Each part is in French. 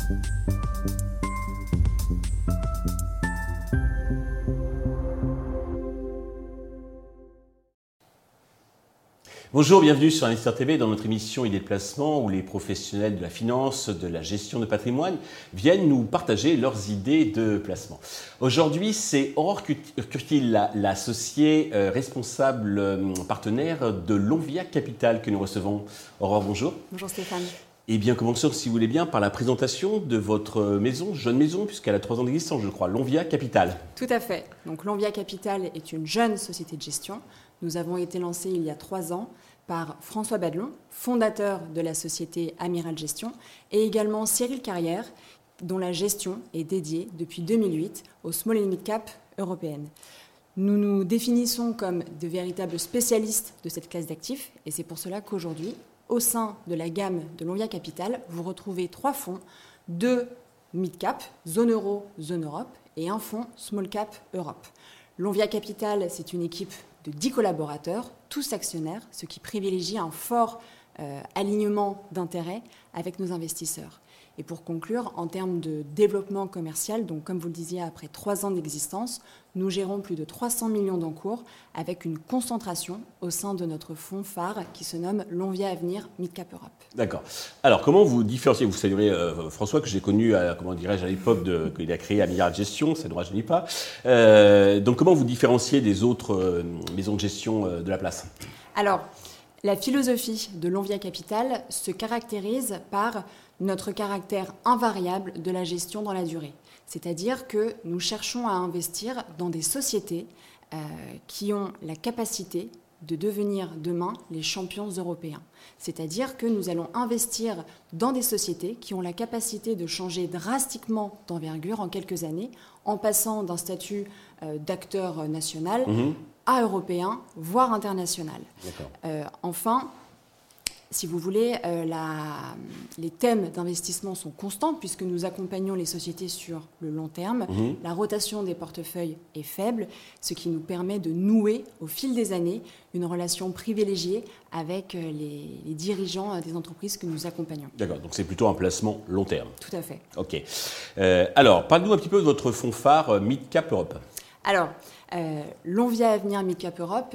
Bonjour, bienvenue sur Investir TV dans notre émission Idées de placement où les professionnels de la finance, de la gestion de patrimoine viennent nous partager leurs idées de placement. Aujourd'hui, c'est Aurore Curtil, l'associée responsable partenaire de Lonvia Capital que nous recevons. Aurore, bonjour. Bonjour Stéphane. Eh bien, commençons, si vous voulez bien, par la présentation de votre maison, jeune maison, puisqu'elle a 3 ans d'existence, je crois, Lonvia Capital. Tout à fait. Donc, Lonvia Capital est une jeune société de gestion. Nous avons été lancés il y a 3 ans par François Badelon, fondateur de la société Amiral Gestion, et également Cyril Carrière, dont la gestion est dédiée depuis 2008 aux small and mid cap européennes. Nous nous définissons comme de véritables spécialistes de cette classe d'actifs, et c'est pour cela qu'aujourd'hui, au sein de la gamme de Lonvia Capital, vous retrouvez 3 fonds, 2 mid-cap, zone euro, zone Europe, et un fonds small cap Europe. Lonvia Capital, c'est une équipe de 10 collaborateurs, tous actionnaires, ce qui privilégie un fort alignement d'intérêts avec nos investisseurs. Et pour conclure, en termes de développement commercial, donc comme vous le disiez, après 3 ans d'existence, nous gérons plus de 300 millions d'encours avec une concentration au sein de notre fonds phare qui se nomme Lonvia Avenir Mid-Cap Europe. D'accord. Alors, comment vous différenciez? Vous savez, François, que j'ai connu, à l'époque qu'il a créé Amiral Gestion, ça ne rajeunit pas. Donc, comment vous différenciez des autres maisons de gestion de la place? Alors, la philosophie de Lonvia Capital se caractérise par notre caractère invariable de la gestion dans la durée. C'est-à-dire que nous cherchons à investir dans des sociétés qui ont la capacité de devenir demain les champions européens. C'est-à-dire que nous allons investir dans des sociétés qui ont la capacité de changer drastiquement d'envergure en quelques années, en passant d'un statut d'acteur national à européen, voire international. Enfin, si vous voulez, les thèmes d'investissement sont constants puisque nous accompagnons les sociétés sur le long terme. La rotation des portefeuilles est faible, ce qui nous permet de nouer au fil des années une relation privilégiée avec les dirigeants des entreprises que nous accompagnons. D'accord, donc c'est plutôt un placement long terme. Tout à fait. Ok. Alors, parle-nous un petit peu de votre fonds phare Mid-Cap Europe. Alors, Lonvia Avenir Mid-Cap Europe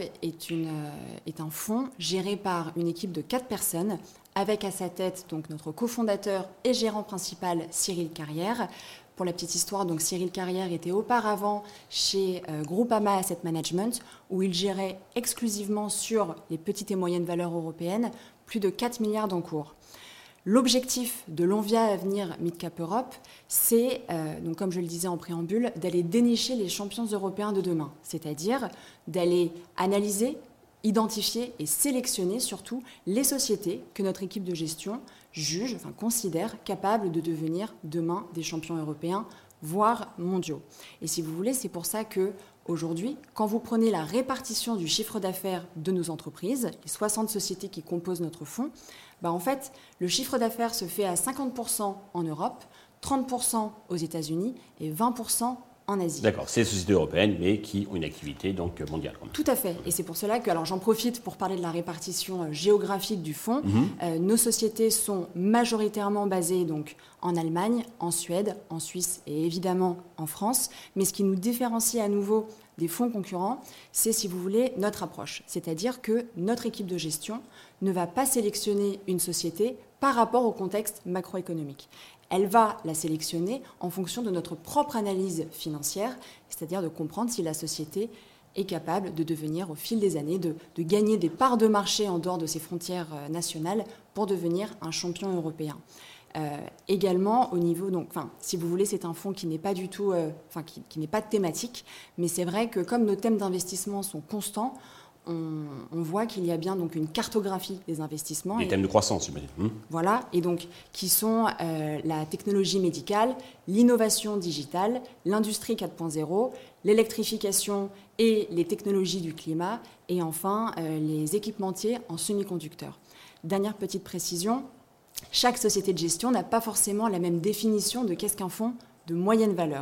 est un fonds géré par une équipe de 4 personnes, avec à sa tête donc notre cofondateur et gérant principal Cyril Carrière. Pour la petite histoire, donc Cyril Carrière était auparavant chez Groupama Asset Management, où il gérait exclusivement sur les petites et moyennes valeurs européennes plus de 4 milliards d'encours. L'objectif de Lonvia Avenir Mid-Cap Europe, c'est, donc comme je le disais en préambule, d'aller dénicher les champions européens de demain, c'est-à-dire d'aller analyser, identifier et sélectionner surtout les sociétés que notre équipe de gestion considère capables de devenir demain des champions européens, voire mondiaux. Et si vous voulez, c'est pour ça que aujourd'hui, quand vous prenez la répartition du chiffre d'affaires de nos entreprises, les 60 sociétés qui composent notre fonds, en fait, le chiffre d'affaires se fait à 50% en Europe, 30% aux États-Unis et 20% en Asie. D'accord, c'est des sociétés européennes, mais qui ont une activité donc mondiale. Tout à fait. Et c'est pour cela que, alors j'en profite pour parler de la répartition géographique du fonds. Nos sociétés sont majoritairement basées donc en Allemagne, en Suède, en Suisse et évidemment en France. Mais ce qui nous différencie à nouveau des fonds concurrents, c'est, si vous voulez, notre approche. C'est-à-dire que notre équipe de gestion ne va pas sélectionner une société par rapport au contexte macroéconomique. Elle va la sélectionner en fonction de notre propre analyse financière, c'est-à-dire de comprendre si la société est capable de devenir, au fil des années, de gagner des parts de marché en dehors de ses frontières nationales pour devenir un champion européen. Également, au niveau, si vous voulez, c'est un fonds qui n'est pas du tout, qui n'est pas thématique, mais c'est vrai que comme nos thèmes d'investissement sont constants, on voit qu'il y a bien donc une cartographie des investissements. Des thèmes de croissance, j'imagine. Voilà, et donc qui sont la technologie médicale, l'innovation digitale, l'industrie 4.0, l'électrification et les technologies du climat, et enfin les équipementiers en semi-conducteurs. Dernière petite précision, chaque société de gestion n'a pas forcément la même définition de qu'est-ce qu'un fonds de moyenne valeur.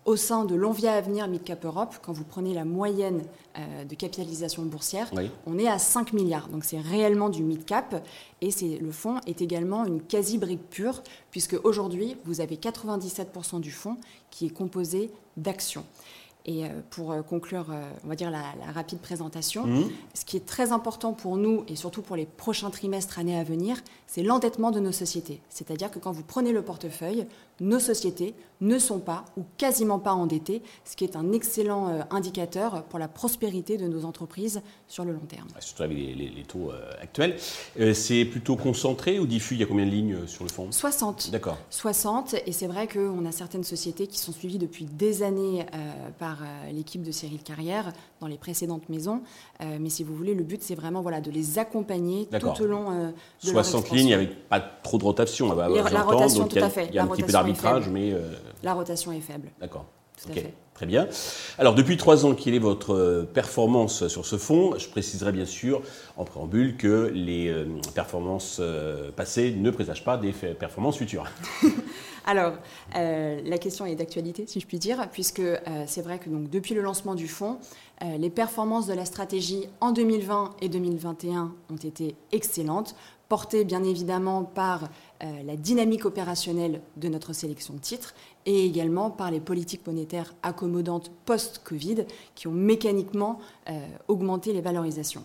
Au sein de l'Onvia Avenir Mid Cap Europe, quand vous prenez la moyenne de capitalisation boursière, Oui. on est à 5 milliards. Donc c'est réellement du mid cap. Et le fonds est également une quasi-brique pure, puisque aujourd'hui, vous avez 97% du fonds qui est composé d'actions. Et pour conclure, on va dire, la rapide présentation, ce qui est très important pour nous, et surtout pour les prochains trimestres, années à venir, c'est l'endettement de nos sociétés. C'est-à-dire que quand vous prenez le portefeuille, nos sociétés ne sont pas ou quasiment pas endettées, ce qui est un excellent indicateur pour la prospérité de nos entreprises sur le long terme. Surtout avec les taux actuels. C'est plutôt concentré ou diffus? Il y a combien de lignes sur le fonds? 60. D'accord. 60, et c'est vrai qu'on a certaines sociétés qui sont suivies depuis des années par l'équipe de Cyril Carrière dans les précédentes maisons. Mais si vous voulez, le but, c'est vraiment de les accompagner tout au long de 60 lignes avec pas trop de rotation. La rotation, tout à fait. Il y a un petit peu d'arbitrage, mais... La rotation est faible. D'accord. Tout à fait. Très bien. Alors, depuis 3 ans, quelle est votre performance sur ce fonds? Je préciserai bien sûr, en préambule, que les performances passées ne présagent pas des performances futures. Alors, la question est d'actualité, si je puis dire, puisque c'est vrai que donc, depuis le lancement du fonds, les performances de la stratégie en 2020 et 2021 ont été excellentes, portées bien évidemment par la dynamique opérationnelle de notre sélection de titres et également par les politiques monétaires accommodantes post-Covid qui ont mécaniquement augmenté les valorisations.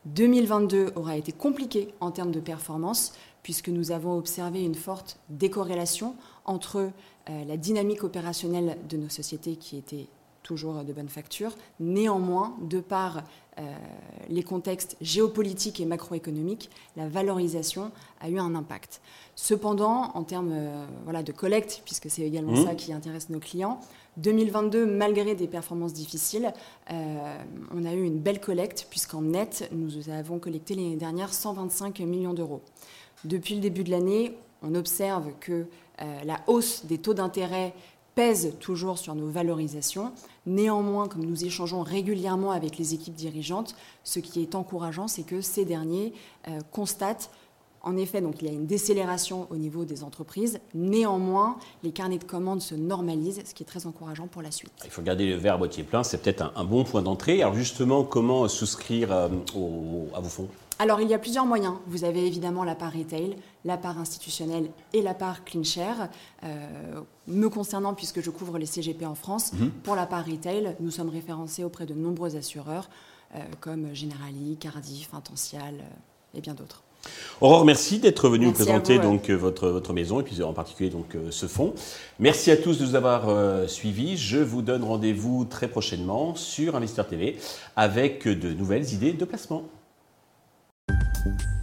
2022 aura été compliqué en termes de performance puisque nous avons observé une forte décorrélation entre la dynamique opérationnelle de nos sociétés qui était toujours de bonne facture. Néanmoins, de par les contextes géopolitiques et macroéconomiques, la valorisation a eu un impact. Cependant, en termes de collecte, puisque c'est également ça qui intéresse nos clients, 2022, malgré des performances difficiles, on a eu une belle collecte, puisqu'en net, nous avons collecté l'année dernière 125 millions d'euros. Depuis le début de l'année, on observe que la hausse des taux d'intérêt pèse toujours sur nos valorisations. Néanmoins, comme nous échangeons régulièrement avec les équipes dirigeantes, ce qui est encourageant, c'est que ces derniers constatent, en effet, donc, il y a une décélération au niveau des entreprises. Néanmoins, les carnets de commandes se normalisent, ce qui est très encourageant pour la suite. Il faut garder le verre à moitié plein, c'est peut-être un bon point d'entrée. Alors justement, comment souscrire à vos fonds ? Alors, il y a plusieurs moyens. Vous avez évidemment la part retail, la part institutionnelle et la part CleanShare. Me concernant, puisque je couvre les CGP en France, pour la part retail, nous sommes référencés auprès de nombreux assureurs comme Generali, Cardiff, Intensial et bien d'autres. Aurore, merci d'être venue nous présenter vous, donc, votre maison et puis en particulier donc, ce fonds. Merci à tous de nous avoir suivis. Je vous donne rendez-vous très prochainement sur Investisseur TV avec de nouvelles idées de placement.